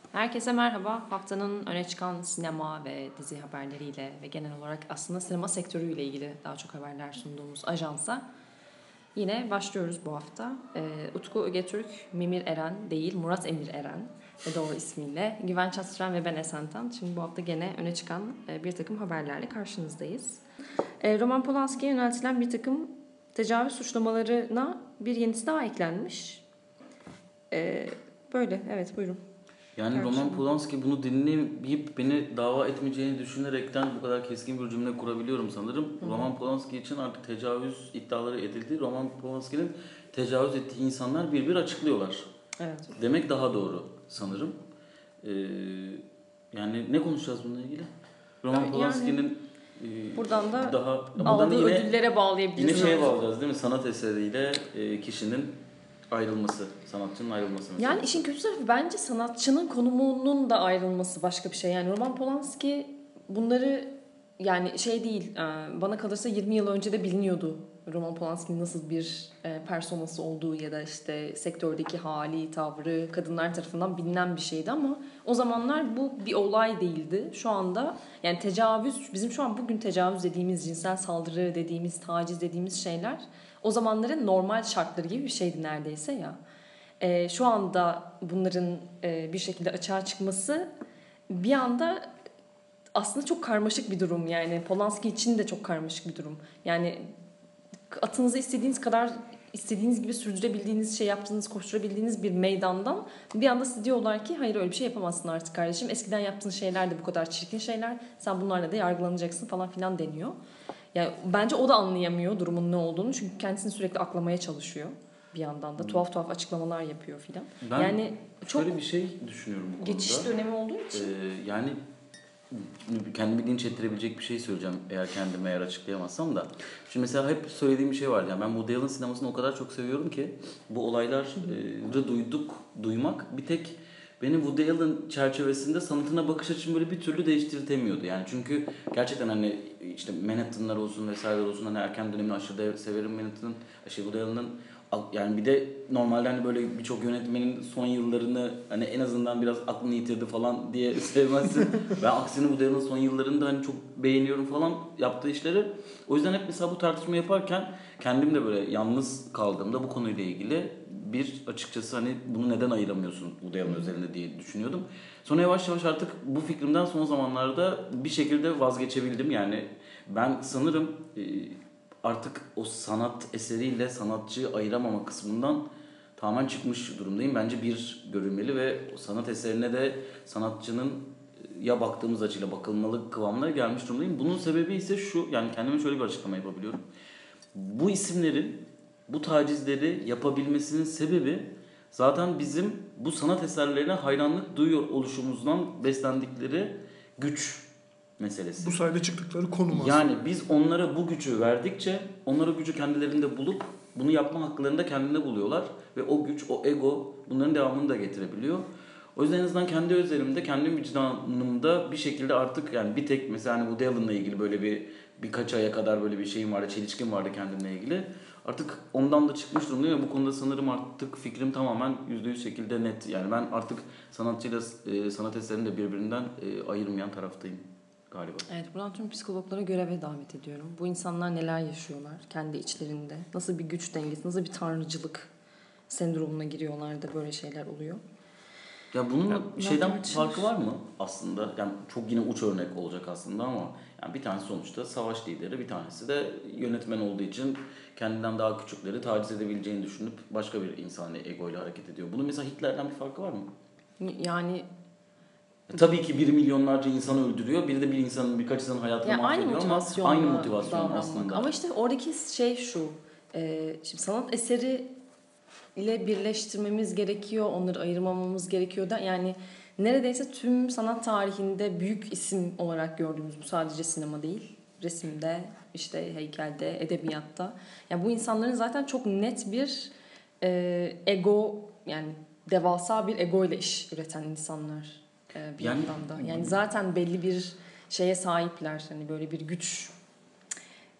Herkese merhaba. Haftanın öne çıkan sinema ve dizi haberleriyle ve genel olarak aslında sinema sektörüyle ilgili daha çok haberler sunduğumuz ajansa yine başlıyoruz bu hafta. Utku Ögetürk, Mimir Eren değil Murat Emir Eren ve doğru ismiyle Güven Çattıran ve ben Esentan. Şimdi bu hafta gene öne çıkan bir takım haberlerle karşınızdayız. Roman Polanski'ye yöneltilen bir takım tecavüz suçlamalarına bir yenisi daha eklenmiş. Böyle, evet buyurun. Yani Roman Polanski bunu dinleyip beni dava etmeyeceğini düşünerekten bu kadar keskin bir cümle kurabiliyorum sanırım. Hı-hı. Roman Polanski için artık tecavüz iddiaları edildi. Roman Polanski'nin tecavüz ettiği insanlar bir açıklıyorlar. Evet. Demek daha doğru sanırım. Yani ne konuşacağız bununla ilgili? Roman Polanski'nin buradan da daha aldığı ödüllere bağlayabiliriz. Yine şeye bağlayacağız değil mi? Sanat eseriyle kişinin ayrılması, sanatçının ayrılması mesela. Yani işin kötü tarafı bence sanatçının konumunun da ayrılması başka bir şey. Yani Roman Polanski bunları yani şey değil, bana kalırsa 20 yıl önce de biliniyordu Roman Polanski'nin nasıl bir personası olduğu ya da işte sektördeki hali, tavrı kadınlar tarafından bilinen bir şeydi ama o zamanlar bu bir olay değildi. Şu anda yani tecavüz, bizim şu an bugün tecavüz dediğimiz, cinsel saldırı dediğimiz, taciz dediğimiz şeyler o zamanların normal şartları gibi bir şeydi neredeyse ya. Şu anda bunların bir şekilde açığa çıkması bir anda aslında çok karmaşık bir durum. Yani Polanski için de çok karmaşık bir durum. Yani atınızı istediğiniz kadar istediğiniz gibi sürdürebildiğiniz, şey yaptığınız, koşturabildiğiniz bir meydandan bir anda size diyorlar ki hayır öyle bir şey yapamazsın artık kardeşim. Eskiden yaptığın şeyler de bu kadar çirkin şeyler. Sen bunlarla da yargılanacaksın falan filan deniyor. Yani bence o da anlayamıyor durumun ne olduğunu. Çünkü kendisini sürekli aklamaya çalışıyor. Bir yandan da tuhaf açıklamalar yapıyor filan. Ben yani çok şöyle bir şey düşünüyorum bu konuda. Geçiş dönemi olduğu için. Yani kendimi linç ettirebilecek bir şey söyleyeceğim eğer açıklayamazsam da. Şimdi mesela hep söylediğim bir şey var. Yani ben Woody Allen sinemasını o kadar çok seviyorum ki bu olayları duymak bir tek benim Woody Allen çerçevesinde sanatına bakış açımı böyle bir türlü değiştirtemiyordu. Yani çünkü gerçekten hani işte Manhattan'lar olsun vesaireler olsun hani erken dönemini aşırı severim Manhattan'ın, Woody Allen'ın. Yani bir de normalde hani böyle birçok yönetmenin son yıllarını hani en azından biraz aklını yitirdi falan diye sevmezsin. Ben aksine bu devrin son yıllarında hani çok beğeniyorum falan yaptığı işleri. O yüzden hep mesela bu tartışma yaparken kendim de böyle yalnız kaldığımda bu konuyla ilgili bir açıkçası hani bunu neden ayıramıyorsun bu devrin özelinde diye düşünüyordum. Sonra yavaş yavaş artık bu fikrimden son zamanlarda bir şekilde vazgeçebildim. Yani ben sanırım artık o sanat eseriyle sanatçıyı ayıramama kısmından tamamen çıkmış durumdayım. Bence bir görülmeli ve o sanat eserine de sanatçının ya baktığımız açıyla bakılmalı kıvamına gelmiş durumdayım. Bunun sebebi ise şu, yani kendime şöyle bir açıklama yapabiliyorum. Bu isimlerin bu tacizleri yapabilmesinin sebebi zaten bizim bu sanat eserlerine hayranlık duyuyor oluşumuzdan beslendikleri güç meselesi. Bu sayede çıktıkları konum aslında. Yani biz onlara bu gücü verdikçe onlar o gücü kendilerinde bulup bunu yapma haklarını da kendinde buluyorlar. Ve o güç, o ego bunların devamını da getirebiliyor. O yüzden en azından kendi özelimde, kendi vicdanımda bir şekilde artık yani bir tek mesela hani Woody Allen'la ilgili böyle birkaç aya kadar böyle bir şeyim vardı, çelişkim vardı kendimle ilgili. Artık ondan da çıkmış durumdayım ve bu konuda sanırım artık fikrim tamamen %100 şekilde net. Yani ben artık sanatçıyla sanat eserini de birbirinden ayırmayan taraftayım galiba. Evet, buradan tüm psikologlara göreve davet ediyorum. Bu insanlar neler yaşıyorlar kendi içlerinde? Nasıl bir güç dengesi, nasıl bir tanrıcılık sendromuna giriyorlar da böyle şeyler oluyor? Ya bunun şeyden farkı var mı aslında? Yani çok yine uç örnek olacak aslında ama yani bir tanesi sonuçta savaş lideri, bir tanesi de yönetmen olduğu için kendinden daha küçükleri taciz edebileceğini düşünüp başka bir insani egoyla hareket ediyor. Bunun mesela Hitler'den bir farkı var mı? Yani tabii ki biri milyonlarca insanı öldürüyor, biri de birkaç insanın hayatını yani mahvediyor ama aynı motivasyon aslında. Ama işte oradaki şey şu, şimdi sanat eseri ile birleştirmemiz gerekiyor, onları ayırmamamız gerekiyor da yani neredeyse tüm sanat tarihinde büyük isim olarak gördüğümüz bu sadece sinema değil, resimde, işte heykelde, edebiyatta. Yani bu insanların zaten çok net bir ego, yani devasa bir ego ile iş üreten insanlar bir yandan da. Yani zaten belli bir şeye sahipler, hani böyle bir güç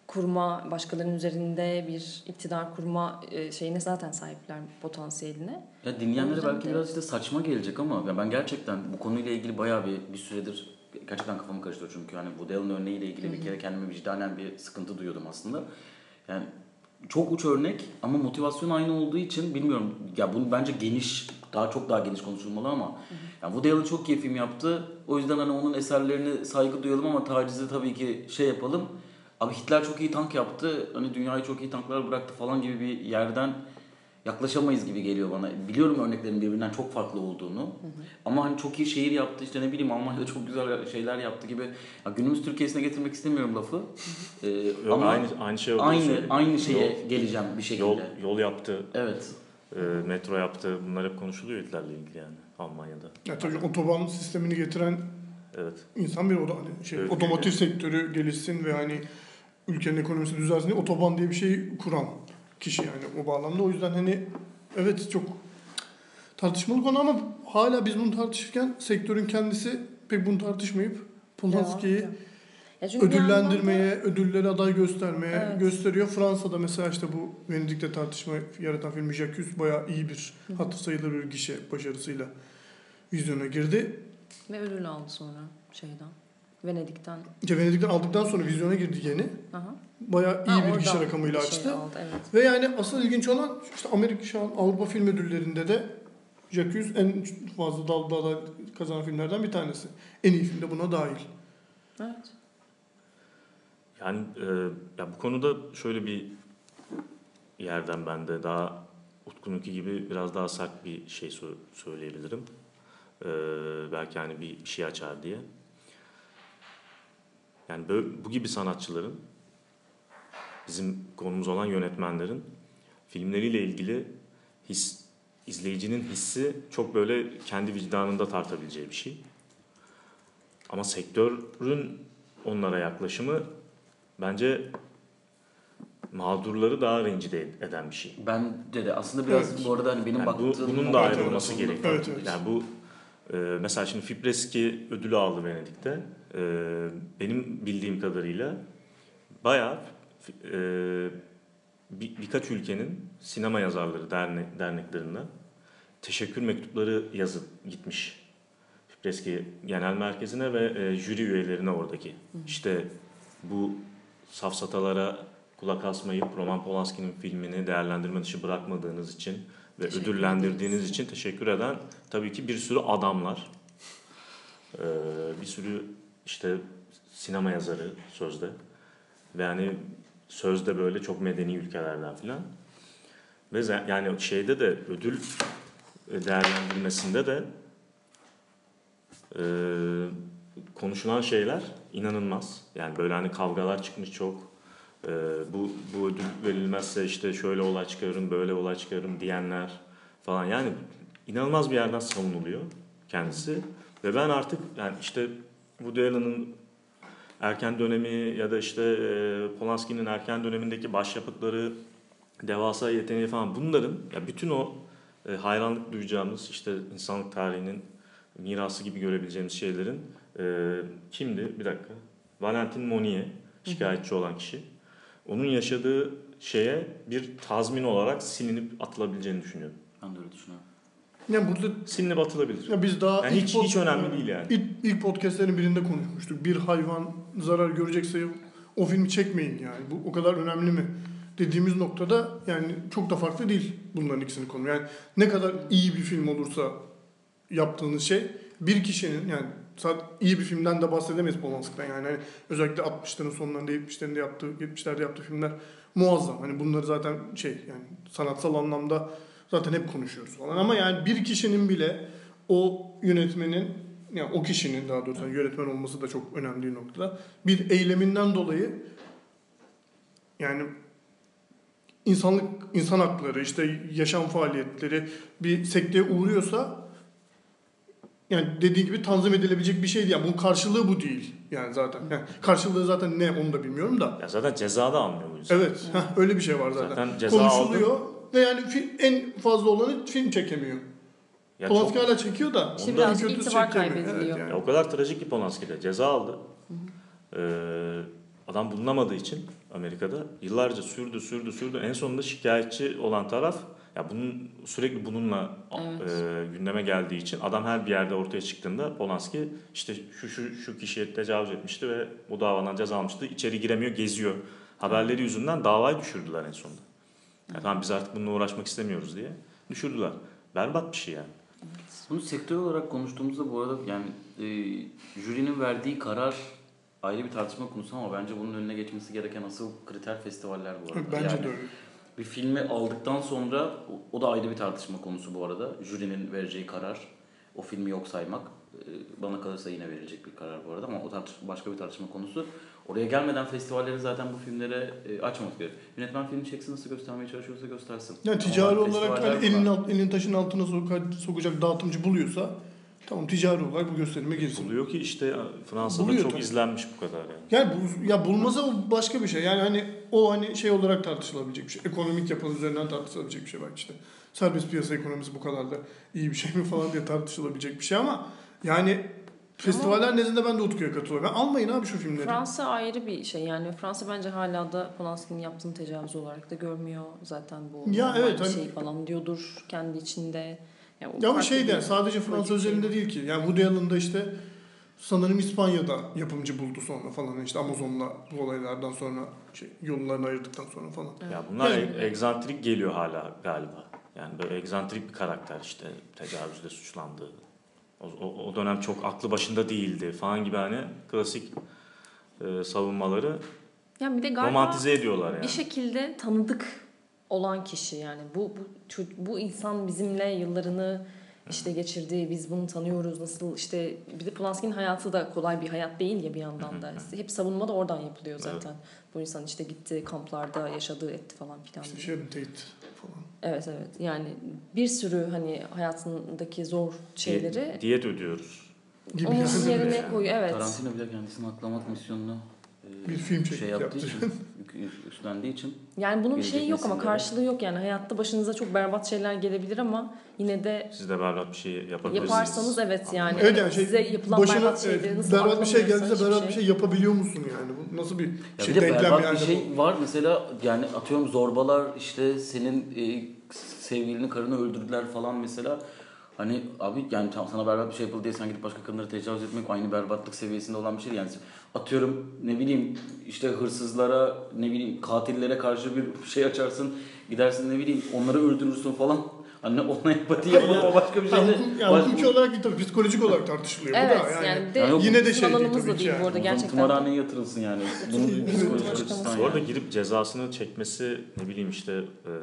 kurma, başkalarının üzerinde bir iktidar kurma şeyine zaten sahipler, potansiyeline. Ya dinleyenlere belki biraz işte saçma gelecek ama ya ben gerçekten bu konuyla ilgili bayağı bir süredir gerçekten kafamı karıştırıyor çünkü hani Woody Allen örneğiyle ilgili bir kere kendime vicdanen bir sıkıntı duyuyordum aslında. Yani çok uç örnek ama motivasyon aynı olduğu için bilmiyorum ya bunu bence çok daha geniş konuşulmalı ama yani Woody Allen çok iyi film yaptı. O yüzden hani onun eserlerine saygı duyalım ama tacizi tabii ki şey yapalım. Abi Hitler çok iyi tank yaptı. Hani dünyayı çok iyi tanklar bıraktı falan gibi bir yerden yaklaşamayız gibi geliyor bana. Biliyorum örneklerin birbirinden çok farklı olduğunu. Ama hani çok iyi şehir yaptı işte ne bileyim Almanya'da çok güzel şeyler yaptı gibi. Ya günümüz Türkiye'sine getirmek istemiyorum lafı. Yok, ama aynı şey olduğunu aynı söyleyeyim. aynı şeye geleceğim bir şekilde. Yol yaptı. Evet. Metro yaptı. Bunlar hep konuşuluyor Hitler'le ilgili yani Almanya'da. Ya tabii otoban sistemini getiren Evet. insan bir o da hani Evet. otomotiv sektörü gelişsin ve hani ülkenin ekonomisi düzelsin diye otoban diye bir şey kuran kişi yani o bağlamda. O yüzden hani evet çok tartışmalı konu ama hala biz bunu tartışırken sektörün kendisi pek bunu tartışmayıp Polanski'yi ödüllendirmeye, ödüllere aday göstermeye gösteriyor. Fransa'da mesela işte bu Venedik'te tartışma yaratan film Jacques bayağı iyi bir hatır sayılır bir gişe başarısıyla vizyona girdi. Ve ödül aldı sonra şeyden. Venedik'ten. Venedik'ten aldıktan sonra vizyona girdi yeni. Aha. Bayağı iyi bir gişe rakamıyla açtı. Aldı, evet. Ve yani asıl ilginç olan işte Amerika şu an Avrupa Film Ödülleri'nde de Jacques en fazla dalda kazanan filmlerden bir tanesi. En iyi film de buna dahil. Evet. Yani ya bu konuda şöyle bir yerden ben de daha Utku'nunki gibi biraz daha sert bir şey söyleyebilirim. Belki hani bir şey açar diye. Yani böyle, bu gibi sanatçıların, bizim konumuz olan yönetmenlerin filmleriyle ilgili izleyicinin hissi çok böyle kendi vicdanında tartabileceği bir şey. Ama sektörün onlara yaklaşımı bence mağdurları daha rencide eden bir şey. Bence de aslında biraz bu arada hani benim yani baktığım bunun da ayrılması gerekiyor. Evet. Yani bu mesela şimdi Fipreski ödülü aldı Venedik'te. Benim bildiğim kadarıyla bayağı birkaç ülkenin sinema yazarları derneklerinden teşekkür mektupları yazıp gitmiş Fipreski Genel Merkezi'ne ve jüri üyelerine oradaki. İşte bu safsatalara kulak asmayıp Roman Polanski'nin filmini değerlendirme dışı bırakmadığınız için ve ödüllendirdiğiniz için teşekkür eden tabii ki bir sürü adamlar. Bir sürü işte sinema yazarı sözde. Ve yani sözde böyle çok medeni ülkelerden filan. Ve yani şeyde de ödül değerlendirmesinde de konuşulan şeyler inanılmaz. Yani böyle hani kavgalar çıkmış çok. Bu ödül verilmezse işte şöyle olay çıkarırım, böyle olay çıkarırım diyenler falan. Yani inanılmaz bir yerden savunuluyor kendisi. Ve ben artık yani işte Woody Allen'ın erken dönemi ya da işte Polanski'nin erken dönemindeki başyapıtları, devasa yeteneği falan bunların ya bütün o hayranlık duyacağımız işte insanlık tarihinin mirası gibi görebileceğimiz şeylerin kimdi? Bir dakika. Valentin Monnier şikayetçi olan kişi. Onun yaşadığı şeye bir tazmin olarak silinip atılabileceğini düşünüyorum. Ben de öyle düşünüyorum. Yani burada silinip atılabilir. Ya biz daha yani hiç önemli değil yani. İlk podcastlerin birinde konuşmuştuk. Bir hayvan zarar görecekse o filmi çekmeyin yani. Bu o kadar önemli mi? Dediğimiz noktada yani çok da farklı değil bunların ikisinin konu. Yani ne kadar iyi bir film olursa yaptığınız şey bir kişinin yani iyi bir filmden de bahsedemeyiz Polanski'den yani. Hani özellikle 60'ların sonlarında 70'lerde yaptığı filmler muazzam. Hani bunları zaten yani sanatsal anlamda zaten hep konuşuyoruz falan ama yani bir kişinin bile o yönetmenin yani o kişinin daha doğrusu yönetmen olması da çok önemli bir noktada bir eyleminden dolayı yani insan hakları işte yaşam faaliyetleri bir sekteye uğruyorsa yani dediği gibi tanzim edilebilecek bir şey değil. Yani bunun karşılığı bu değil. Yani zaten. Yani karşılığı zaten ne onu da bilmiyorum da. Ya zaten ceza da almıyor bu yüzden. Evet. Öyle bir şey var zaten. Zaten ceza konuşuluyor aldı. ve yani en fazla olanı film çekemiyor. Polanski hala çekiyor da. İşte birazcık itibar kaybediliyor. Evet yani. O kadar trajik ki Polanski'de. Ceza aldı. Adam bulunamadığı için Amerika'da. Yıllarca sürdü. En sonunda şikayetçi olan taraf ya sürekli bununla gündeme geldiği için adam her bir yerde ortaya çıktığında Polanski işte şu kişiye tecavüz etmişti ve bu davadan ceza almıştı. İçeri giremiyor, geziyor. Haberleri yüzünden davayı düşürdüler en sonunda. Ya tamam biz artık bununla uğraşmak istemiyoruz diye düşürdüler. Berbat bir şey yani. Bunu sektör olarak konuştuğumuzda bu arada yani jürinin verdiği karar ayrı bir tartışma konusu ama bence bunun önüne geçmesi gereken asıl kriter festivaller bu arada. Bence yani, de öyle. Bir filmi aldıktan sonra o da ayrı bir tartışma konusu bu arada. Jürinin vereceği karar, o filmi yok saymak bana kalırsa yine verilecek bir karar bu arada ama o başka bir tartışma konusu. Oraya gelmeden festivalleri zaten bu filmlere açmamak gerekiyor. Yönetmen filmi çeksin nasıl göstermeye çalışıyorsa göstersin. Yani ticari ama olarak hani elini taşın altına sokacak dağıtımcı buluyorsa tamam ticari olarak bu gösterime girsin. Buluyor ki işte Fransa'da çok tabii. İzlenmiş bu kadar yani. Yani bulmasa o başka bir şey. Yani hani o hani şey olarak tartışılabilecek bir şey. Ekonomik yapı üzerinden tartışılabilecek bir şey belki işte. Serbest piyasa ekonomisi bu kadar da iyi bir şey mi falan diye tartışılabilecek bir şey ama yani festivaller nezdinde ben de Utku'ya katılıyorum. Yani almayın abi şu filmleri. Fransa ayrı bir şey yani. Fransa bence hala da Polanski'nin yaptığını tecavüz olarak da görmüyor zaten bu. Ya evet, bir şey falan diyordur kendi içinde. Yani ya ama şey de sadece Fransa özelinde değil ki. Yani Woody Allen'da işte sanırım İspanya'da yapımcı buldu sonra falan işte Amazon'la bu olaylardan sonra yollarını ayırdıktan sonra falan. Ya bunlar yani, egzantrik geliyor hala galiba. Yani böyle egzantrik bir karakter işte tecavüzle suçlandı. O dönem çok aklı başında değildi falan gibi hani klasik savunmaları yani bir de galiba romantize ediyorlar yani. Bir şekilde tanıdık olan kişi yani bu insan bizimle yıllarını işte geçirdi, biz bunu tanıyoruz nasıl işte bir de Polanski'nin hayatı da kolay bir hayat değil ya bir yandan da hep savunma da oradan yapılıyor zaten. Evet. Bu insan işte gitti kamplarda yaşadığı etti falan filan. İşte Sharon Tate falan. Evet yani bir sürü hani hayatındaki zor şeyleri diyet ödüyoruz. Onun yerine koyuyor evet. Tarantino bile kendisini aklamak misyonunu bir film yaptığı için üstlendiği için. Yani bunun şeyi yok ama karşılığı yok yani hayatta başınıza çok berbat şeyler gelebilir ama yine de siz de berbat bir şey yapabilirsiniz. Yaparsanız evet yani. Evet yani size yapılan berbat şeyleri nasıl berbat bir şey geldiyse berbat bir şey yapabiliyor musun yani? Bu nasıl bir şey denklem berbat yani? Bir şey var mesela yani atıyorum zorbalar işte senin sevgilini karını öldürdüler falan mesela. Hani abi yani sana berbat bir şey yapıldı diye sen gidip başka kadınlara tecavüz etmek aynı berbatlık seviyesinde olan bir şey yani atıyorum ne bileyim işte hırsızlara ne bileyim katillere karşı bir şey açarsın gidersin ne bileyim onları öldürürsün falan hani ona empati yapmak o başka bir şey de yani hukuki olarak değil tabii psikolojik olarak tartışılıyor evet, bu da yani de yine de şey değil tabii ki bu arada gerçekten tımarhaneye yatırılsın yani bunun psikolojik açısından bu arada girip cezasını çekmesi ne bileyim işte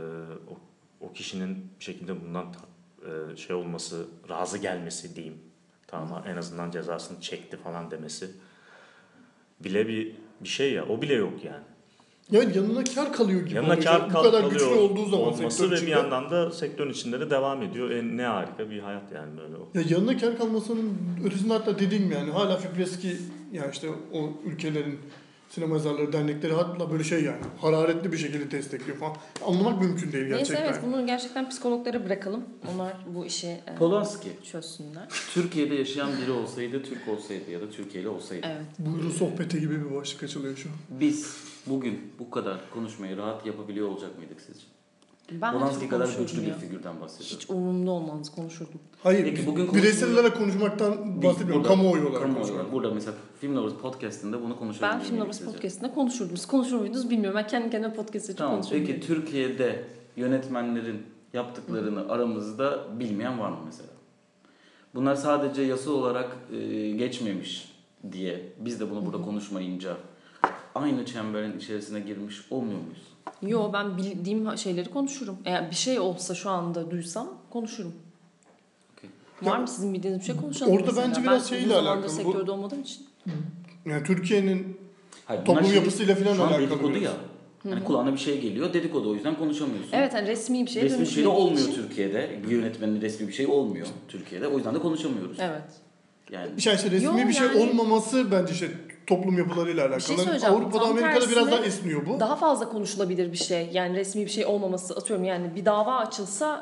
o kişinin bir şekilde bundan şey olması, razı gelmesi diyeyim. Tamam en azından cezasını çekti falan demesi bile bir şey ya. O bile yok yani. Yani yanına kar kalıyor gibi yanına oluyor. Bu kadar güçlü olduğu zaman olması ve bir yandan da sektörün içinde de devam ediyor. Ne harika bir hayat yani böyle o. Ya yanına kar kalmasının ötesinde hatta dediğim yani hala Fipreski yani işte o ülkelerin sinema yazarları dernekleri hatta böyle şey yani hararetli bir şekilde destekliyor falan. Anlamak mümkün değil gerçekten. Neyse evet bunu gerçekten psikologlara bırakalım. Onlar bu işi Polanski çözsünler. Türkiye'de yaşayan biri olsaydı, Türk olsaydı ya da Türkiye'li olsaydı. Evet. Buyurun sohbeti gibi bir başlık açılıyor şu an. Biz bugün bu kadar konuşmayı rahat yapabiliyor olacak mıydık sizce? Ben Polanski kadar güçlü bir figürden bahsediyorum. Hiç umurumda olmaz konuşurdum. Hayır, peki, bugün bireysel olarak konuşmaktan bahsetmiyorum. Kamuoyu olarak konuşuyorum. Burada mesela Film Lovers Podcast'inde bunu konuşabilir miyim? Ben Film Lovers Podcast'inde konuşurdum. Siz konuşur muydunuz bilmiyorum. Ben kendi kendime podcast açıp konuşurdum. Peki Türkiye'de yönetmenlerin yaptıklarını aramızda bilmeyen var mı mesela? Bunlar sadece yasal olarak geçmemiş diye biz de bunu burada konuşmayınca aynı çemberin içerisine girmiş olmuyor muyuz? Yo ben bildiğim şeyleri konuşurum. Eğer bir şey olsa şu anda duysam konuşurum. Okay. Var mı sizin bildiğiniz bir şey konuşalım orada mesela. Bence biraz şeyle alakalı. Ben sektörde olmadığım için. Yani Türkiye'nin toplum yapısıyla falan alakalı. Dedikodu ya. Yani kulağına bir şey geliyor. Dedikodu o yüzden konuşamıyorsun. Evet yani resmi bir şey resmi bir şey de olmuyor için. Türkiye'de. Bir yönetmenin resmi bir şey olmuyor Türkiye'de. O yüzden de konuşamıyoruz. Evet. Yani işte resmi bir şey olmaması bence işte toplum yapılarıyla alakalı. Bir şey söyleyeceğim. Avrupa'da Amerika'da biraz daha esniyor bu. Daha fazla konuşulabilir bir şey. Yani resmi bir şey olmaması atıyorum yani bir dava açılsa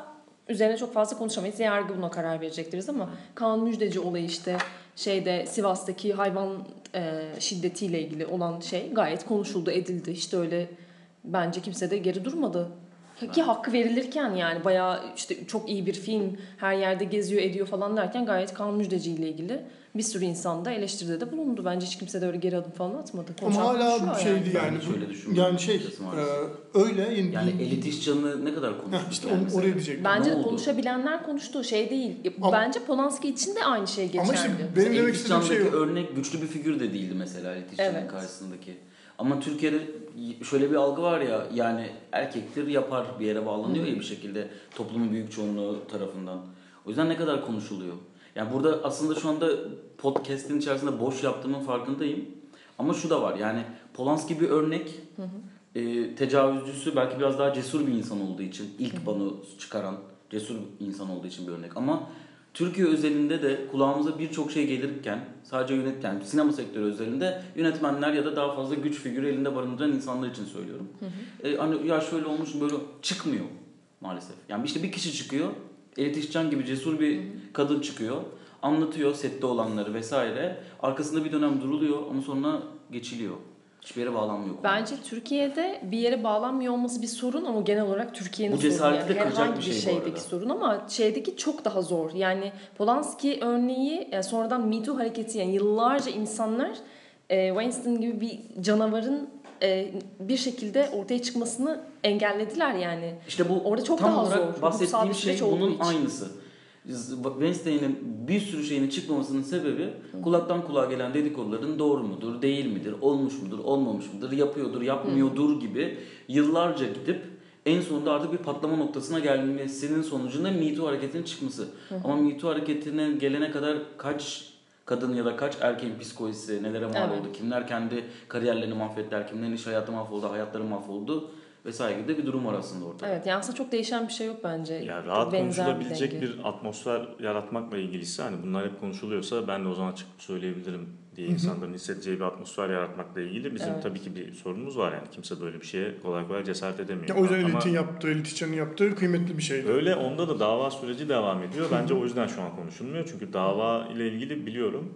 üzerine çok fazla konuşamayız. Yargı buna karar verecektir ama Kaan Müjdeci olayı işte Sivas'taki hayvan şiddetiyle ilgili olan şey gayet konuşuldu, edildi. İşte öyle bence kimse de geri durmadı. Ki hakkı verilirken yani bayağı işte çok iyi bir film, her yerde geziyor ediyor falan derken gayet Kaan Müjdeci ile ilgili bir sürü insan da eleştiride de bulundu. Bence hiç kimse de öyle geri adım falan atmadı. Ama hala bir şeydi Ben yani. de şöyle düşünüyorum. Öyle. Yani elit iş canını ne kadar konuştuk? İşte yani oraya diyecektim. Bence Ne oldu? konuşabilenler konuştu. Şey değil. Ama- Bence Polanski için de aynı şey geçerli. Ama işte benim demek Elit istediğim şey Can'daki o. örnek güçlü bir figür de değildi mesela Elit İşcan'ın Evet. karşısındaki. Ama Türkiye'de şöyle bir algı var ya, yani erkektir yapar, bir yere bağlanıyor ya bir şekilde toplumun büyük çoğunluğu tarafından. O yüzden ne kadar konuşuluyor. Yani burada aslında şu anda podcast'in içerisinde boş yaptığımın farkındayım. Ama şu da var, yani Polanski bir örnek. Tecavüzcüsü belki biraz daha cesur bir insan olduğu için, ilk banı çıkaran cesur bir insan olduğu için bir örnek. Ama Türkiye özelinde de kulağımıza birçok şey gelirken, sadece yani sinema sektörü özelinde yönetmenler ya da daha fazla güç figürü elinde barındıran insanlar için söylüyorum. Hani ya şöyle olmuş böyle çıkmıyor maalesef. Yani işte bir kişi çıkıyor, Elit İşcan gibi cesur bir kadın çıkıyor, anlatıyor sette olanları vesaire. Arkasında bir dönem duruluyor ama sonra geçiliyor. Hiçbir yere bağlanmıyor. Bence Türkiye'de bir yere bağlanmıyor olması bir sorun ama genel olarak Türkiye'nin Bu sorunu. cesareti de Yani kıracak herhangi bir bir şey bu şeydeki arada. sorun ama şeydeki çok daha zor. Yani Polanski örneği sonradan Me Too hareketi, yani yıllarca insanlar Weinstein gibi bir canavarın bir şekilde ortaya çıkmasını engellediler yani. İşte bu Orada çok tam daha olarak zor. Hukuksal bahsettiğim bir şey süreç olduğu bunun için. aynısı. Weinstein'in bir sürü şeyinin çıkmamasının sebebi kulaktan kulağa gelen dedikoduların doğru mudur, değil midir, olmuş mudur, olmamış mıdır, yapıyordur, yapmıyordur gibi yıllarca gidip en sonunda artık bir patlama noktasına gelmesinin sonucunda Me Too hareketinin çıkması. Ama Me Too hareketine gelene kadar kaç kadın ya da kaç erkeğin psikolojisi nelere mal oldu, kimler kendi kariyerlerini mahvettiler, kimlerin iş hayatı mahvoldu, hayatları mahvoldu vesaire gibi de bir durum var aslında ortada. Evet, yani aslında çok değişen bir şey yok bence. Ya rahat Benzer konuşulabilecek denge. bir atmosfer yaratmakla ilgiliyse hani bunlar hep konuşuluyorsa ben de o zaman çıkıp söyleyebilirim diye insanların hissedeceği bir atmosfer yaratmakla ilgili bizim tabii ki bir sorunumuz var, yani kimse böyle bir şeye kolay kolay cesaret edemiyor. Ya o yüzden Ama Elit İşcan'ın yaptığı kıymetli bir şeydi. öyle, onda da dava süreci devam ediyor. Bence o yüzden şu an konuşulmuyor. Çünkü dava ile ilgili biliyorum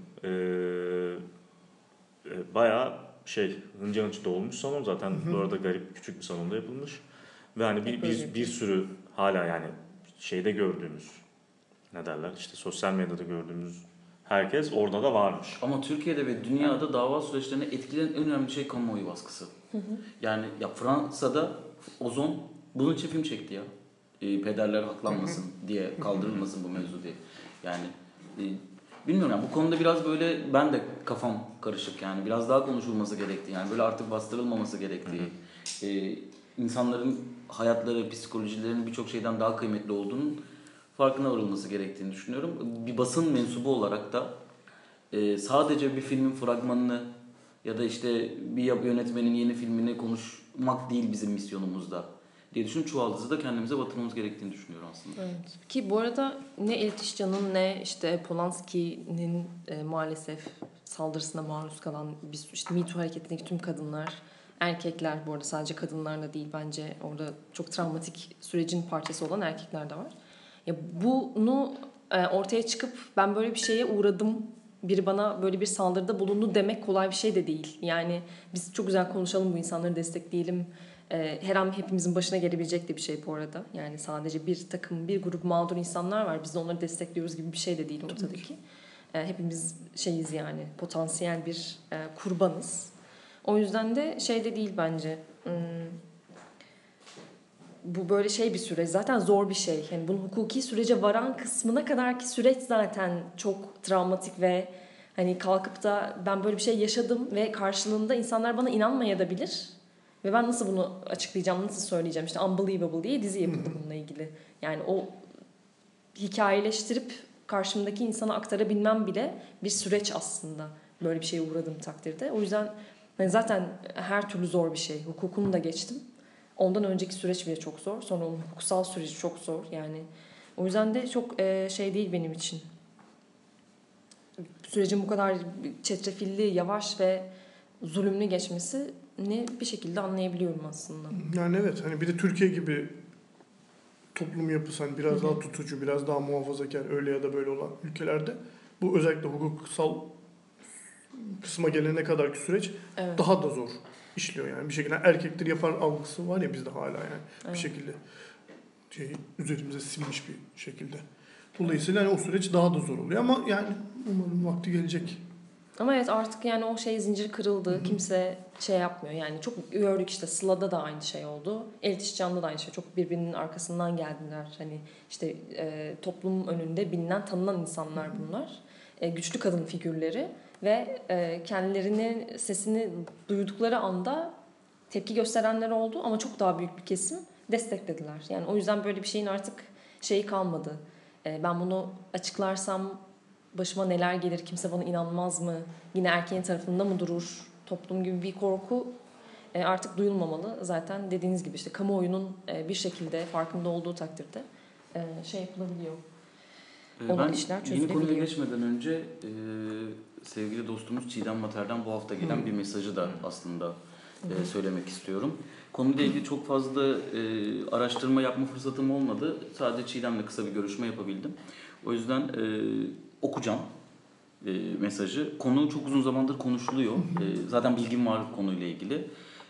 bayağı hınca hınç dolmuş salon. Zaten bu arada garip küçük bir salonda yapılmış. Ve hani bir sürü hala yani şeyde gördüğümüz, ne derler işte sosyal medyada gördüğümüz herkes orada da varmış. Ama Türkiye'de ve dünyada dava süreçlerini etkileyen en önemli şey kamuoyu baskısı. Yani ya Fransa'da Ozon bunun için film çekti ya. Pederler haklanmasın diye, kaldırılmasın bu mevzu diye. Yani bilmiyorum yani bu konuda biraz böyle ben de kafam karışık yani. Biraz daha konuşulması gerektiği, yani böyle artık bastırılmaması gerektiği, insanların hayatları, psikolojilerinin birçok şeyden daha kıymetli olduğunun farkına varılması gerektiğini düşünüyorum. Bir basın mensubu olarak da sadece bir filmin fragmanını ya da işte bir yönetmenin yeni filmini konuşmak değil bizim misyonumuzda diye düşünüp çuvaldızı da kendimize batırmamız gerektiğini düşünüyorum aslında. Evet. Ki bu arada ne Elit İşcan'ın ne işte Polanski'nin maalesef saldırısına maruz kalan işte Me Too hareketindeki tüm kadınlar, erkekler, bu arada sadece kadınlarla değil, bence orada çok travmatik sürecin parçası olan erkekler de var. Ya bunu ortaya çıkıp ben böyle bir şeye uğradım, biri bana böyle bir saldırıda bulundu demek kolay bir şey de değil. Yani biz çok güzel konuşalım, bu insanları destekleyelim. Her an hepimizin başına gelebilecek de bir şey bu arada. Yani sadece bir grup mağdur insanlar var. Biz de onları destekliyoruz gibi bir şey de değil ortadaki. Hepimiz şeyiz yani, potansiyel bir kurbanız. O yüzden de şey de değil bence. Bu böyle bir süreç. Zaten zor bir şey. Yani bunun hukuki sürece varan kısmına kadarki süreç zaten çok travmatik ve hani kalkıp da ben böyle bir şey yaşadım ve karşılığında insanlar bana inanmayabilir. Ve ben nasıl bunu açıklayacağım, nasıl söyleyeceğim? İşte Unbelievable diye dizi yapıldı bununla ilgili. Yani o hikayeleştirip karşımdaki insana aktarabilmem bile bir süreç aslında. Böyle bir şeye uğradığım takdirde. O yüzden yani zaten her türlü zor bir şey. Hukukunu da geçtim. Ondan önceki süreç bile çok zor. Sonra onun hukuksal süreci çok zor. Yani o yüzden de çok şey değil benim için. Sürecin bu kadar çetrefilli, yavaş ve zulümlü geçmesini bir şekilde anlayabiliyorum aslında. Yani evet, hani bir de Türkiye gibi toplum yapısı hani biraz daha tutucu, biraz daha muhafazakar öyle ya da böyle olan ülkelerde bu özellikle hukuksal kısma gelene kadarki süreç Evet. daha da zor işliyor yani. Bir şekilde erkekler yapar algısı var ya bizde hala yani. Evet. Bir şekilde üzerimize sinmiş bir şekilde. Dolayısıyla yani o süreç daha da zor oluyor ama yani umarım vakti gelecek. Ama evet artık yani o şey zincir kırıldı. Hı hı. Kimse şey yapmıyor. Yani çok gördük işte Sıla'da da aynı şey oldu. Eltiş Can'da da aynı şey. Çok birbirinin arkasından geldiler. Hani işte toplum önünde bilinen, tanınan insanlar bunlar. Güçlü kadın figürleri ve kendilerinin sesini duydukları anda tepki gösterenler oldu ama çok daha büyük bir kesim desteklediler. Yani o yüzden böyle bir şeyin artık şeyi kalmadı. Ben bunu açıklarsam başıma neler gelir, kimse bana inanmaz mı, yine erkeğin tarafında mı durur, toplum gibi bir korku artık duyulmamalı. Zaten dediğiniz gibi işte kamuoyunun bir şekilde farkında olduğu takdirde şey yapılabiliyor. Olan işler Yeni çözülebiliyor. konuya geçmeden önce sevgili dostumuz Çiğdem Mater'den bu hafta gelen bir mesajı da aslında söylemek istiyorum. Konuyla ilgili çok fazla araştırma yapma fırsatım olmadı. Sadece Çiğdem'le kısa bir görüşme yapabildim. O yüzden okuyacağım mesajı. Konu çok uzun zamandır konuşuluyor. Zaten bilgim var konuyla ilgili.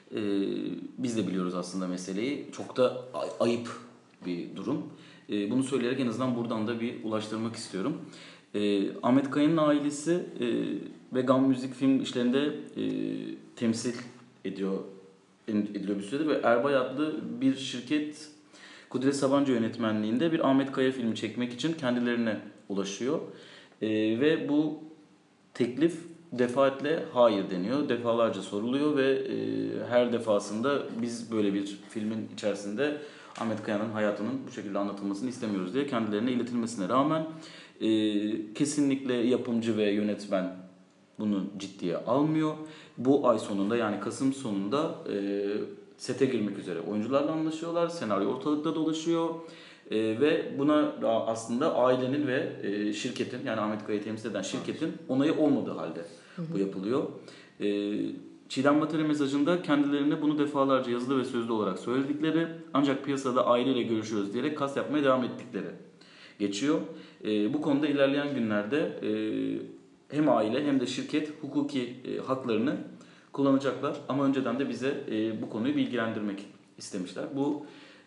Biz de biliyoruz aslında meseleyi. Çok da ayıp bir durum. Bunu söyleyerek en azından buradan da bir ulaştırmak istiyorum. Ahmet Kaya'nın ailesi vegan müzik film işlerinde temsil ediliyor bir süredir ve Erbay adlı bir şirket Kudret Sabancı yönetmenliğinde bir Ahmet Kaya filmi çekmek için kendilerine ulaşıyor. Ve bu teklif defaatle hayır deniyor. Defalarca soruluyor ve her defasında biz böyle bir filmin içerisinde Ahmet Kaya'nın hayatının bu şekilde anlatılmasını istemiyoruz diye kendilerine iletilmesine rağmen kesinlikle yapımcı ve yönetmen bunu ciddiye almıyor. Bu ay sonunda yani Kasım sonunda sete girmek üzere oyuncularla anlaşıyorlar. Senaryo ortalıkta dolaşıyor. Ve buna aslında ailenin ve şirketin yani Ahmet Kaya'yı temsil eden şirketin onayı olmadığı halde bu yapılıyor. Çiğdem Mater'in mesajında kendilerine bunu defalarca yazılı ve sözlü olarak söyledikleri ancak piyasada aileyle görüşüyoruz diyerek kas yapmaya devam ettikleri geçiyor. Bu konuda ilerleyen günlerde hem aile hem de şirket hukuki haklarını kullanacaklar. Ama önceden de bize bu konuyu bilgilendirmek istemişler. Bu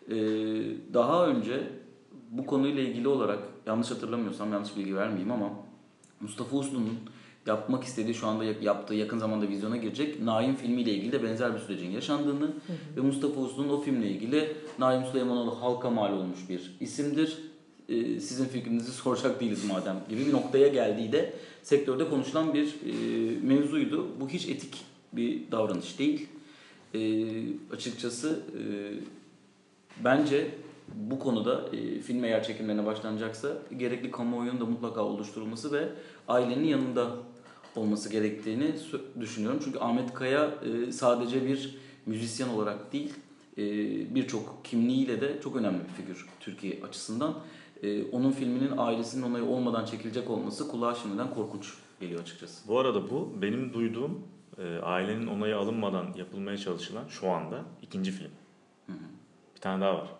daha önce bu konuyla ilgili olarak yanlış hatırlamıyorsam yanlış bilgi vermeyeyim ama Mustafa Uslu'nun yapmak istediği şu anda yaptığı yakın zamanda vizyona girecek Naim filmiyle ilgili de benzer bir sürecin yaşandığını ve Mustafa Uslu'nun o filmle ilgili Naim Süleymanoğlu halka mal olmuş bir isimdir. Sizin fikrinizi soracak değiliz madem gibi bir noktaya geldiği de sektörde konuşulan bir mevzuydu. Bu hiç etik bir davranış değil. Açıkçası bence bu konuda film eğer çekimlerine başlanacaksa gerekli kamuoyunun da mutlaka oluşturulması ve ailenin yanında olması gerektiğini düşünüyorum. Çünkü Ahmet Kaya sadece bir müzisyen olarak değil birçok kimliğiyle de çok önemli bir figür Türkiye açısından. Onun filminin ailesinin onayı olmadan çekilecek olması kulağa şimdiden korkunç geliyor açıkçası. Bu arada bu benim duyduğum ailenin onayı alınmadan yapılmaya çalışılan şu anda ikinci film. Hı hı. Bir tane daha var.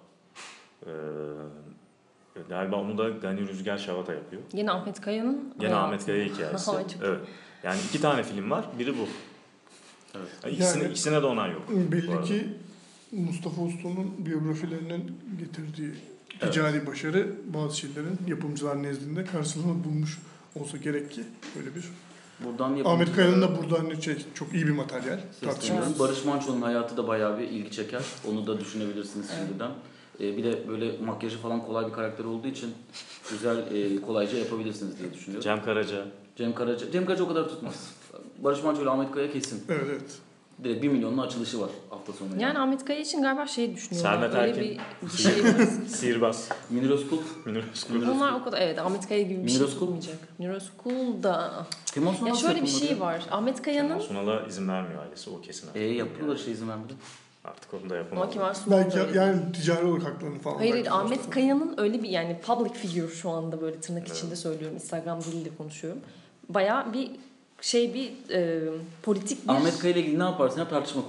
Galiba onu da Gani Rüzgar Şavata yapıyor. Yine Ahmet Kaya'nın Yine Ahmet Kaya hikayesi. Ay, çok Evet. Yani 2 tane film var. Biri bu. Evet. Yani ikisine de onay yok. Belli ki Mustafa Uslu'nun biyografilerinin getirdiği ticari başarı bazı şeylerin yapımcılar nezdinde karşılığını bulmuş olsa gerek ki böyle bir. Buradan Ahmet Kaya'nın da burada hani çok iyi bir materyal tartışıyoruz. Evet. Barış Manço'nun hayatı da bayağı bir ilgi çeker. Onu da düşünebilirsiniz şimdiden. Bir de böyle makyajı falan kolay bir karakter olduğu için güzel, kolayca yapabilirsiniz diye düşünüyorum. Cem Karaca o kadar tutmaz. Barış Manço ile Ahmet Kaya kesin. Evet, evet. Direkt 1 milyonun açılışı var hafta sonu. Yani Ahmet Kaya için galiba şey düşünüyorlar. Sermet Öyle Erkin. bir şey var. Sihirbaz. Münir Özkul. Onlar o kadar evet Ahmet Kaya gibi bir Münir şey Özkul. tutmayacak. Münir Özkul da. Kemal Sunal Ya şöyle bir yapılmadı şey ya. var. Ahmet Kaya'nın Kemal Sunal'a izin vermiyor ailesi. O kesin. Yapıyorlar işte izin vermedi. Artık onu da ama yapamaz. Kemal Sunal Belki da öyle. yani ticari olarak haklarını falan. Hayır belki Ahmet sonuçta. Kaya'nın öyle bir yani public figure şu anda böyle tırnak içinde söylüyorum. Instagram diliyle konuşuyorum. Bayağı bir politik bir... Ahmet Kaya ile ilgili ne yaparsan yap tartışma konusu.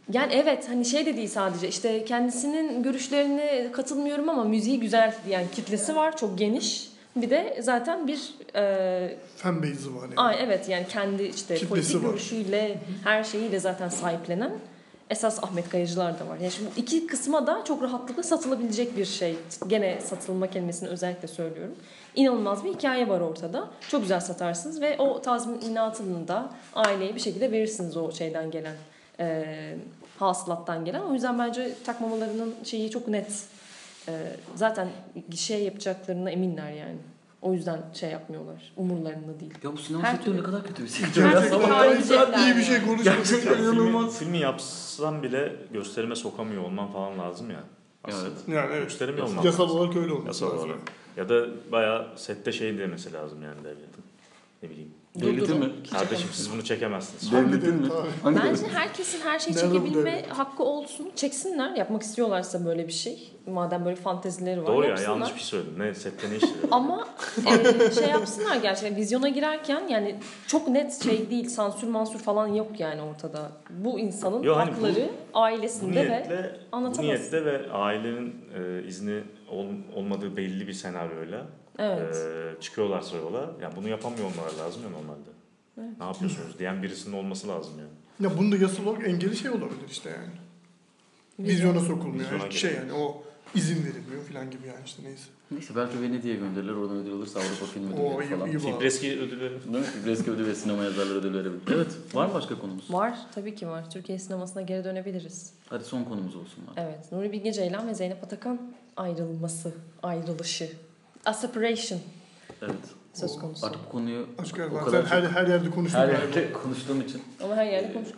Yani evet hani şey de değil sadece işte kendisinin görüşlerine katılmıyorum ama müziği güzel yani kitlesi var çok geniş. Bir de zaten bir Fanbase'i var yani. evet yani kendi işte Kitlesi politik var. görüşüyle her şeyiyle zaten sahiplenen esas Ahmet Kayacılar da var. Yani şimdi bu iki kısma da çok rahatlıkla satılabilecek bir şey. Gene satılma kelimesini özellikle söylüyorum. İnanılmaz bir hikaye var ortada. Çok güzel satarsınız ve o tazminatını da aileye bir şekilde verirsiniz o şeyden gelen hasılattan gelen. O yüzden bence takmamalarının şeyi çok net. Zaten şey yapacaklarına eminler yani. O yüzden şey yapmıyorlar. Umurlarında değil. Ya bu sinema Her sektörü ne türlü. kadar kötü bir sektör. Ya Gerçekten Sabah iyi bir şey yani. konuşmadık. Gerçekten inanılmaz. Filmi yapsam bile gösterime sokamıyor olman falan lazım ya. Aslında. Evet. Yani evet. Gösteremiyor olman Yasal lazım. olarak öyle olması Yasal lazım. olarak. Ya da bayağı sette şey demesi lazım yani devletin. Ne bileyim. Devletin mi? Kardeşim siz bunu çekemezsiniz. Devletin mi? Tabii. Hangi Bence devlet? herkesin her şeyi Nerede bu çekebilme devlet? hakkı olsun. Çeksinler. Yapmak istiyorlarsa böyle bir şey. Madem böyle fantezileri var. Doğru ya yapsınlar. yanlış bir şey söyledim. Ne sette ne işliyor? Ama şey yapsınlar gerçekten vizyona girerken yani çok net şey değil sansür mansür falan yok yani ortada. Bu insanın Yo, hani bu- hakları ailesinde ve niyetle, bu anlatamaz. niyetle ve ailenin izni olmadığı belli bir senaryoyla Evet. çıkıyorlarsa yola. Yani bunu yapamıyor olmaları lazım ya normalde. Evet. Ne yapıyorsunuz diyen birisinin olması lazım yani. Ya bunun da yasal olarak engeli şey olabilir işte yani. Vizyona sokulmuyor. Vizyona Hiçbir şey giremiyor. yani o izin verilmiyor falan gibi yani işte neyse. Neyse belki Venedik'e gönderilir. Oradan ödül alırsa Avrupa Film Oo, Ödülleri falan. iyi bağlı. Fipreski ödülleri. Değil mi? Fibreski ödülü ve sinema yazarları ödülü verebilir. Evet. Var mı başka konumuz? Var tabii ki var. Türkiye sinemasına geri dönebiliriz. Hadi son konumuz olsun. Evet. Nuri Bilge Ceylan ve Zeynep Atakan ayrılışı. A separation Evet. söz konusu. Artık bu konuyu Açık o ara kadar her, çok her yerde konuştuk her galiba. yerde konuştuğum için Ama her yerde konuştuk.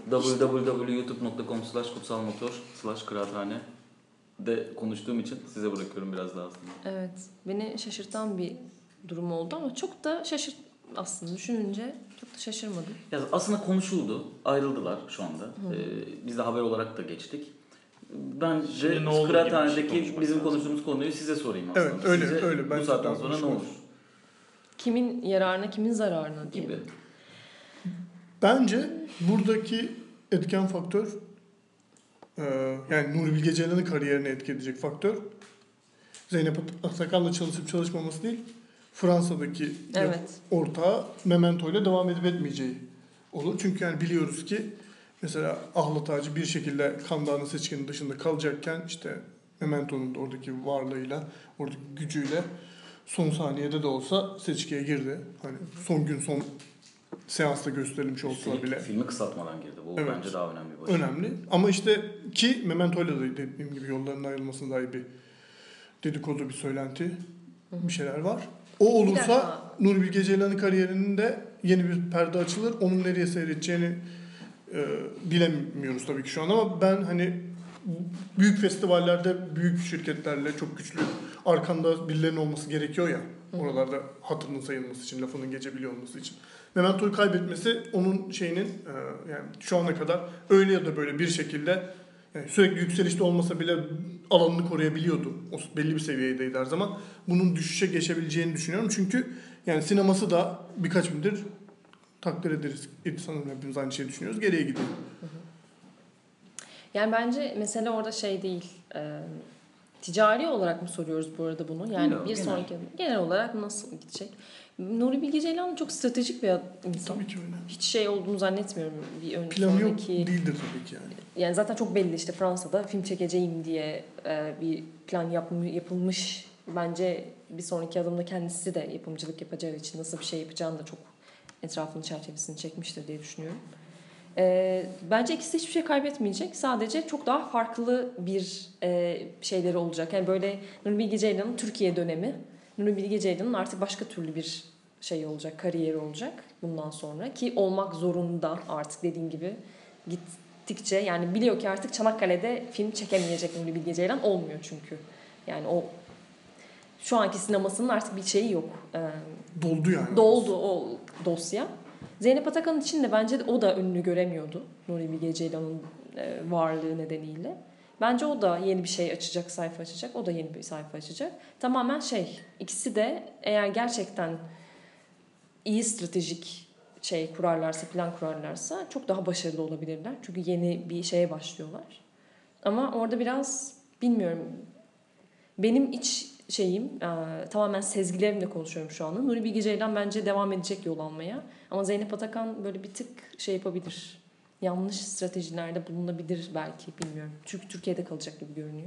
www.youtube.com/kutsalmotor/kıraathane de konuştuğum için size bırakıyorum biraz daha aslında. Evet. Beni şaşırtan bir durum oldu ama çok da aslında düşününce çok da şaşırmadım. Ya aslında konuşuldu. Ayrıldılar şu anda. Biz de haber olarak da geçtik. Bence Şimdi ne olur gibi bir şey Kıraathanedeki konuşmak bizim lazım. konuştuğumuz konuyu size sorayım aslında. Evet, öyle, Sizce öyle. bu Bence saatten de sonra ne konuşmak. olur? Kimin yararına, kimin zararına diye. Gibi. Bence buradaki etken faktör yani Nuri Bilge Ceylan'ın kariyerini etki edecek faktör Zeynep Atakan'la çalışıp çalışmaması değil, Fransa'daki Evet. ortağı Memento ile devam edip etmeyeceği olur. Çünkü yani biliyoruz ki mesela Ahlat Ağacı bir şekilde Kandağ'ın seçkinin dışında kalacakken işte Memento'nun da oradaki varlığıyla, oradaki gücüyle son saniyede de olsa seçkiye girdi. Hani son gün son seansta gösterilmiş olsa Üstelik bile filmi kısaltmadan girdi. Bu Evet. bence daha önemli bir başarı. önemli. Ama işte ki Memento'yla da dediğim gibi yolların ayrılmasına dair bir dedikodu, bir söylenti, bir şeyler var. O Bir olursa dakika. Nuri Bilge Ceylan'ın kariyerinin de yeni bir perde açılır. Onun nereye seyredeceğini bilemiyoruz tabii ki şu an ama ben hani büyük festivallerde büyük şirketlerle çok güçlü arkanda birilerinin olması gerekiyor ya. Oralarda hatırının sayılması için, lafının geçebiliyor olması için. Memento'yu kaybetmesi onun şeyinin yani şu ana kadar öyle ya da böyle bir şekilde yani sürekli yükselişte olmasa bile alanını koruyabiliyordu. O belli bir seviyedeydi her zaman. Bunun düşüşe geçebileceğini düşünüyorum. Çünkü yani sineması da birkaç gündür takdir ederiz. Sanırım hepimiz aynı şeyi düşünüyoruz. Geriye gidiyor. Yani bence mesele orada şey değil. Ticari olarak mı soruyoruz bu arada bunu? Yani Yok, bir genel. sonraki genel olarak nasıl gidecek? Nuri Bilge Ceylan çok stratejik bir insan. Tabii ki öyle. Hiç şey olduğunu zannetmiyorum. Bir Planı yok sonraki... değildir tabii ki yani. Yani zaten çok belli işte Fransa'da film çekeceğim diye bir plan yapılmış. Bence bir sonraki adımda kendisi de yapımcılık yapacağı için nasıl bir şey yapacağını da çok etrafını çerçevesini çekmiştir diye düşünüyorum. Bence ikisi hiçbir şey kaybetmeyecek. Sadece çok daha farklı bir şeyleri olacak. Yani böyle Nuri Bilge Ceylan'ın Türkiye dönemi, Nuri Bilge Ceylan'ın artık başka türlü bir şey olacak, kariyeri olacak bundan sonra. Ki olmak zorunda artık dediğin gibi gittikçe yani biliyor ki artık Çanakkale'de film çekemeyecek Nuri Bilge Ceylan olmuyor çünkü. Yani o şu anki sinemasının artık bir şeyi yok. Doldu yani. Doldu o dosya. Zeynep Atakan için de bence o da önünü göremiyordu Nuri Bilge Ceylan'ın varlığı nedeniyle. Bence o da yeni bir şey açacak, sayfa açacak. O da yeni bir sayfa açacak. Tamamen ikisi de eğer gerçekten iyi stratejik kurarlarsa, plan kurarlarsa çok daha başarılı olabilirler. Çünkü yeni bir şeye başlıyorlar. Ama orada biraz bilmiyorum. Benim iç tamamen sezgilerimle konuşuyorum şu anda. Nuri Bilge Ceylan bence devam edecek yol almaya. Ama Zeynep Atakan böyle bir tık yapabilir. Yanlış stratejilerde bulunabilir belki, bilmiyorum. Çünkü Türkiye'de kalacak gibi görünüyor.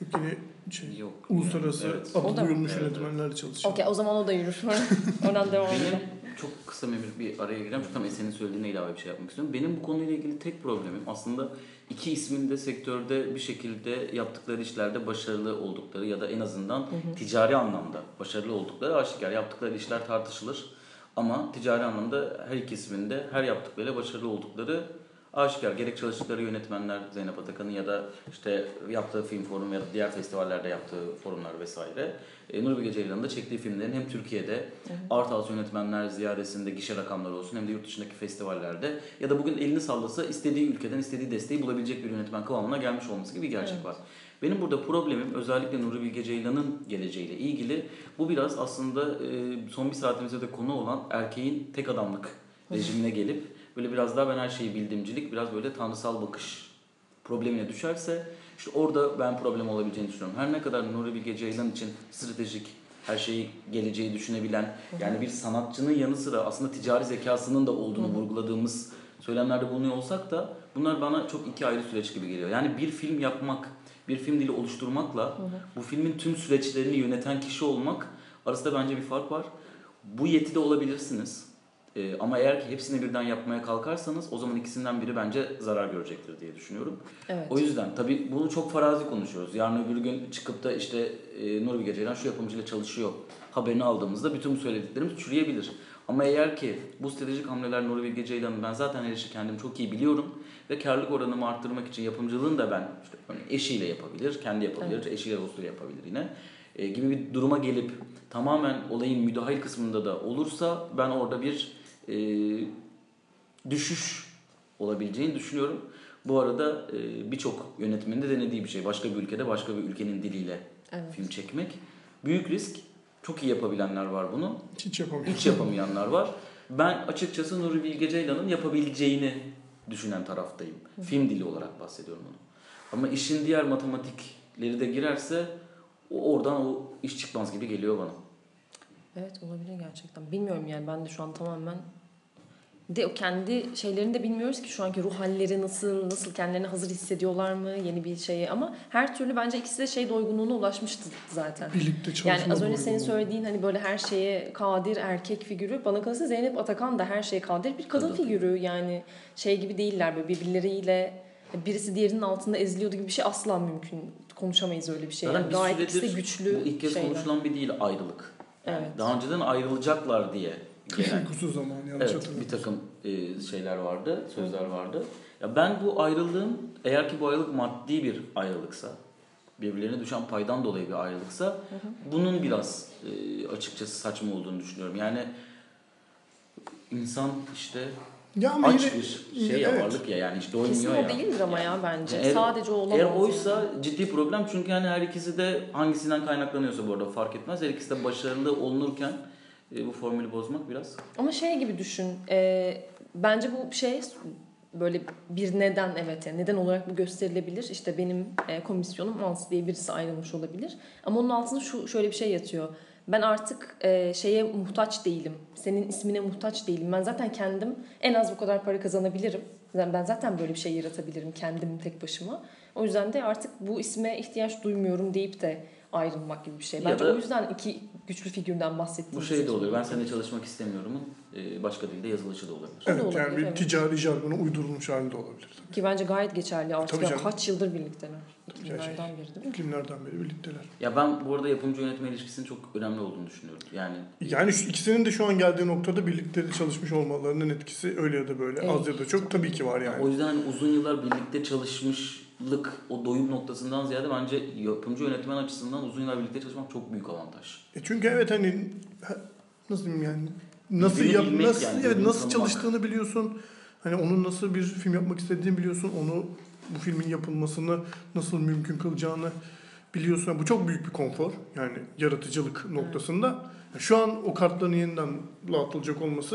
Yine Yok. uluslararası Evet. adı duyulmuş yönetmenlerle çalışıyor. Okey, o zaman o da yürür. Oradan devam edelim. Benim çok kısa bir araya gireceğim. Çünkü tam Esen'in söylediğine ilave bir şey yapmak istiyorum. Benim bu konuyla ilgili tek problemim aslında iki ismin de sektörde bir şekilde yaptıkları işlerde başarılı oldukları ya da en azından ticari anlamda başarılı oldukları aşikar. Yaptıkları işler tartışılır. Ama ticari anlamda her iki ismin de her yaptıklarıyla başarılı oldukları aşikar. Gerek çalıştıkları yönetmenler Zeynep Atakan'ın ya da işte yaptığı film forum ya da diğer festivallerde yaptığı forumlar vesaire. Nuri Bilge Ceylan'ın da çektiği filmlerin hem Türkiye'de art house yönetmenler ziyadesinde gişe rakamları olsun hem de yurt dışındaki festivallerde ya da bugün elini sallasa istediği ülkeden istediği desteği bulabilecek bir yönetmen kıvamına gelmiş olması gibi bir gerçek var. Benim burada problemim özellikle Nuri Bilge Ceylan'ın geleceğiyle ilgili. Bu biraz aslında son bir saatimizde de konu olan erkeğin tek adamlık rejimine gelip böyle biraz daha ben her şeyi bildiğimcilik, biraz böyle tanrısal bakış problemine düşerse işte orada ben problem olabileceğini düşünüyorum. Her ne kadar Nuri Bilge Ceylan için stratejik, her şeyi geleceği düşünebilen, yani bir sanatçının yanı sıra aslında ticari zekasının da olduğunu vurguladığımız söylemlerde bulunuyor olsak da bunlar bana çok iki ayrı süreç gibi geliyor. Yani bir film yapmak, bir film dili oluşturmakla bu filmin tüm süreçlerini yöneten kişi olmak arasında bence bir fark var. Bu yetide olabilirsiniz. Ama eğer ki hepsini birden yapmaya kalkarsanız o zaman ikisinden biri bence zarar görecektir diye düşünüyorum. Evet. O yüzden tabii bunu çok farazi konuşuyoruz. Yarın öbür gün çıkıp da işte Nuri Bilge Ceylan şu yapımcıyla çalışıyor haberini aldığımızda bütün bu söylediklerimiz çürüyebilir. Ama eğer ki bu stratejik hamleler Nuri Bilge Ceylan'ın ben zaten her işi kendim çok iyi biliyorum ve karlılık oranımı arttırmak için yapımcılığını da ben işte eşiyle yapabilir, kendi yapabilir, evet. Eşiyle dostuyla yapabilir yine. Gibi bir duruma gelip tamamen olayın müdahil kısmında da olursa ben orada bir düşüş olabileceğini düşünüyorum. Bu arada birçok yönetmenin de denediği bir şey. Başka bir ülkede başka bir ülkenin diliyle film çekmek. Büyük risk. Çok iyi yapabilenler var bunu. Hiç yapamayanlar var. Ben açıkçası Nuri Bilge Ceylan'ın yapabileceğini düşünen taraftayım. Film dili olarak bahsediyorum bunu. Ama işin diğer matematikleri de girerse oradan o iş çıkmaz gibi geliyor bana. Evet, olabilir gerçekten. Bilmiyorum yani, ben de şu an tamamen o kendi şeylerini de bilmiyoruz ki şu anki ruh halleri nasıl kendilerini hazır hissediyorlar mı yeni bir şeye, ama her türlü bence ikisi de doygunluğuna ulaşmıştı zaten. Birlikte çalışma yani az önce senin söylediğin hani böyle her şeye kadir erkek figürü, bana kalırsa Zeynep Atakan da her şeye kadir bir kadın figürü. Yani gibi değiller, böyle birbirleriyle birisi diğerinin altında eziliyordu gibi bir şey asla mümkün. Konuşamayız öyle bir şey. Yani gayet ikisi de güçlü. Bu ilk kez şeyler. konuşulan bir değil ayrılık. Yani evet. Daha önceden ayrılacaklar diye. Kış uykusu zaman yanlış hatırlamıyorum. Bir takım şeyler vardı, sözler vardı. Ya ben bu ayrılığın, eğer ki bu ayrılık maddi bir ayrılıksa, birbirlerine düşen paydan dolayı bir ayrılıksa, bunun biraz açıkçası saçma olduğunu düşünüyorum. Yani insan işte aç bir şey ya, varlık ya, yani işte doymuyor ya. Kesin o değildir ama ya bence. Eğer, sadece o olamaz. Eğer oysa ciddi problem, çünkü yani her ikisi de hangisinden kaynaklanıyorsa bu arada fark etmez. Her ikisi de başarılı olunurken bu formülü bozmak biraz. Ama gibi düşün. Bence bu böyle bir neden, evet yani neden olarak bu gösterilebilir. İşte benim komisyonum Mans diye birisi ayrılmış olabilir. Ama onun altında şöyle bir şey yatıyor. Ben artık muhtaç değilim. Senin ismine muhtaç değilim. Ben zaten kendim en az bu kadar para kazanabilirim. Ben zaten böyle bir şey yaratabilirim kendim tek başıma. O yüzden de artık bu isme ihtiyaç duymuyorum deyip de ayrılmak gibi bir şey. Bence o yüzden iki güçlü figürden bahsettiğimiz. Bu de oluyor. Ben seninle çalışmak istemiyorum'un başka dilde yazılışı da olabilir. Evet, olabilir, yani bir ticari jargona uydurulmuş halde olabilir. Tabii. Ki bence gayet geçerli. Artık kaç yıldır birlikteler. 2000'lerden beri değil mi? 2000'lerden beri birlikteler. Ya ben bu arada yapımcı yönetmen ilişkisinin çok önemli olduğunu düşünüyorum. Yani şu ikisinin de şu an geldiği noktada birlikte çalışmış olmalarının etkisi öyle ya da böyle, evet. Az ya da çok tabii ki var yani. O yüzden uzun yıllar birlikte çalışmışlık o doyum noktasından ziyade bence yapımcı yönetmen açısından uzun yıllar birlikte çalışmak çok büyük avantaj. Çünkü evet nasıl diyeyim yani nasıl çalıştığını biliyorsun. Hani onun nasıl bir film yapmak istediğini biliyorsun. Bu filmin yapılmasını nasıl mümkün kılacağını biliyorsun. Yani bu çok büyük bir konfor. Yani yaratıcılık noktasında. Yani şu an o kartların yeniden atılacak olması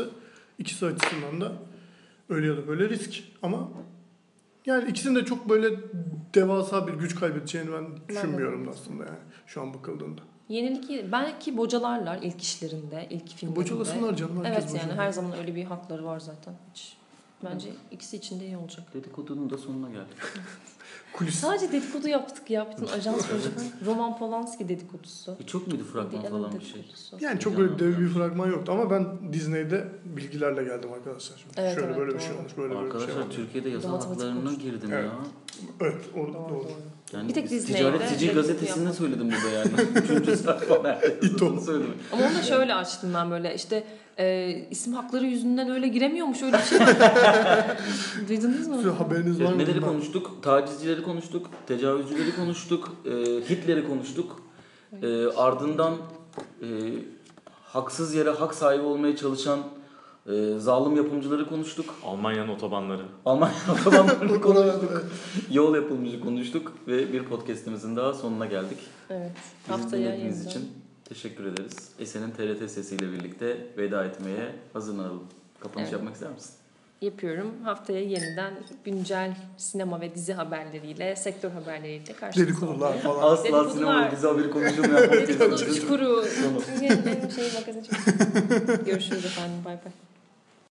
İkisi açısından da öyle ya da böyle risk. Ama yani ikisinin de çok böyle devasa bir güç kaybedeceğini ben düşünmüyorum da aslında yani şu an bakıldığında. Yenilik belki bocalarlar ilk işlerinde, ilk filmlerinde. Bocalasınlar canım. Herkes Evet yani bocalar. her zaman öyle bir hakları var zaten. Hiç. Bence ikisi için de iyi olacak. Dedikodunun da sonuna geldik. Kulis. Sadece dedikodu yaptık ya. Bütün ajans projeler. Roman Polanski dedikodusu. Çok muydu fragman Dylan falan bir şey? dedikodusu. Yani çok böyle dev bir fragman yoktu ama ben Disney'de bilgilerle geldim arkadaşlar. Şimdi Evet, şöyle evet, böyle bir doğru. şey olmuş, böyle böyle bir şey Arkadaşlar olmuş. Türkiye'de yasa Matematik haklarına konuştuk. girdim Evet. ya. Evet, orada doğru. Yani Bir tek Disney'de Ticaret Sicil dedikodu gazetesinde yapmak. söyledim burada yani. Üçüncü sayfa nerede? İto. Söyledim. Ama onu da şöyle açtım ben böyle işte isim hakları yüzünden öyle giremiyormuş öyle bir şey. Duydunuz mu? Size haberiniz var mı? Neleri bilmem. konuştuk? Tacizcileri konuştuk, tecavüzcüleri konuştuk, Hitler'i konuştuk. Ardından haksız yere hak sahibi olmaya çalışan zalim yapımcıları konuştuk. Almanya'nın otobanları. Almanya otobanlarını konuştuk. Yol yapımcı konuştuk ve bir podcastimizin daha sonuna geldik. Evet. Bizi Haftaya dinlediğiniz yeniden. için teşekkür ederiz. Esen'in TRT sesiyle birlikte veda etmeye hazırlanalım. Kapanış Evet. yapmak ister misin? Yapıyorum. Haftaya yeniden güncel sinema ve dizi haberleriyle, sektör haberleriyle karşınızda Dedikodular olmaya. falan. Asla Dedikodular. sinema dizi haberi konuşulmayan Dedikodu podcast'imizin çukuru. sonu. Şey magazin çukuru. Görüşürüz efendim. Bay bay.